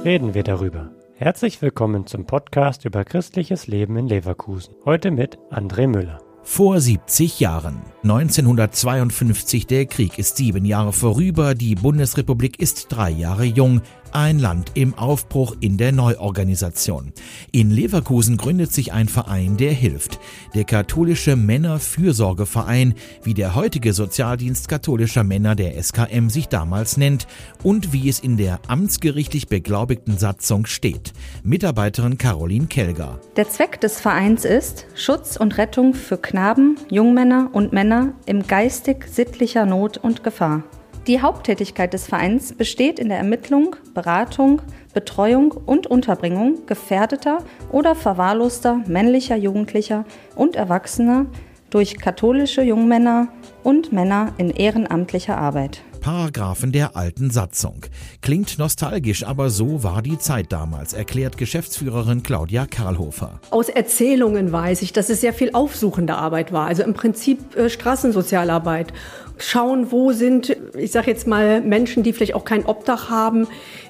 reden wir darüber. Herzlich willkommen zum Podcast über christliches Leben in Leverkusen. Heute mit André Müller. Vor 70 Jahren, 1952, der Krieg ist 7 Jahre vorüber, die Bundesrepublik ist 3 Jahre jung, ein Land im Aufbruch in der Neuorganisation. In Leverkusen gründet sich ein Verein, der hilft. Der Katholische Männerfürsorgeverein, wie der heutige Sozialdienst katholischer Männer der SKM sich damals nennt und wie es in der amtsgerichtlich beglaubigten Satzung steht. Mitarbeiterin Caroline Kelger. Der Zweck des Vereins ist Schutz und Rettung für Knaben, Jungmänner und Männer in geistig-sittlicher Not und Gefahr. Die Haupttätigkeit des Vereins besteht in der Ermittlung, Beratung, Betreuung und Unterbringung gefährdeter oder verwahrloster männlicher Jugendlicher und Erwachsener durch katholische Jungmänner und Männer in ehrenamtlicher Arbeit. Paragraphen der alten Satzung. Klingt nostalgisch, aber so war die Zeit damals, erklärt Geschäftsführerin Claudia Karlhofer. Aus Erzählungen weiß ich, dass es sehr viel aufsuchende Arbeit war, also im Prinzip Straßensozialarbeit. Schauen, wo sind, ich sage jetzt mal, Menschen, die vielleicht auch kein Obdach haben,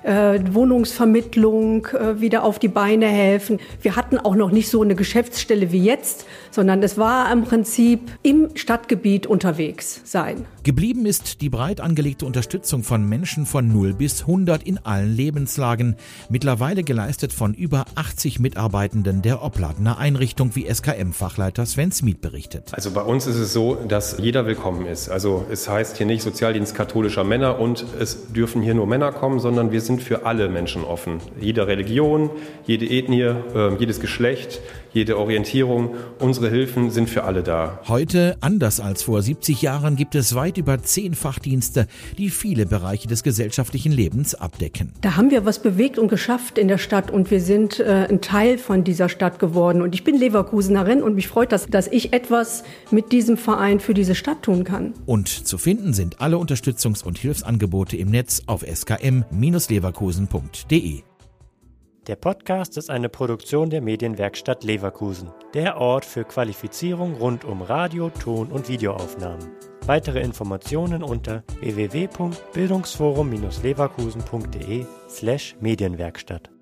Wohnungsvermittlung, wieder auf die Beine helfen. Wir hatten auch noch nicht so eine Geschäftsstelle wie jetzt, sondern es war im Prinzip im Stadtgebiet unterwegs sein. Geblieben ist die breit angelegte Unterstützung von Menschen von 0 bis 100 in allen Lebenslagen, mittlerweile geleistet von über 80 Mitarbeitenden der Opladener Einrichtung, wie SKM-Fachleiter Sven Smith berichtet. Also bei uns ist es so, dass jeder willkommen ist. Also es heißt hier nicht Sozialdienst katholischer Männer und es dürfen hier nur Männer kommen, sondern wir sind für alle Menschen offen. Jede Religion, jede Ethnie, jedes Geschlecht, jede Orientierung. Unsere Hilfen sind für alle da. Heute, anders als vor 70 Jahren, gibt es weit über 10 Fachdienste, die viele Bereiche des gesellschaftlichen Lebens abdecken. Da haben wir was bewegt und geschafft in der Stadt und wir sind ein Teil von dieser Stadt geworden. Und ich bin Leverkusenerin und mich freut das, dass ich etwas mit diesem Verein für diese Stadt tun kann. Und zu finden sind alle Unterstützungs- und Hilfsangebote im Netz auf skm-leverkusen.de. Der Podcast ist eine Produktion der Medienwerkstatt Leverkusen, der Ort für Qualifizierung rund um Radio-, Ton- und Videoaufnahmen. Weitere Informationen unter www.bildungsforum-leverkusen.de/Medienwerkstatt.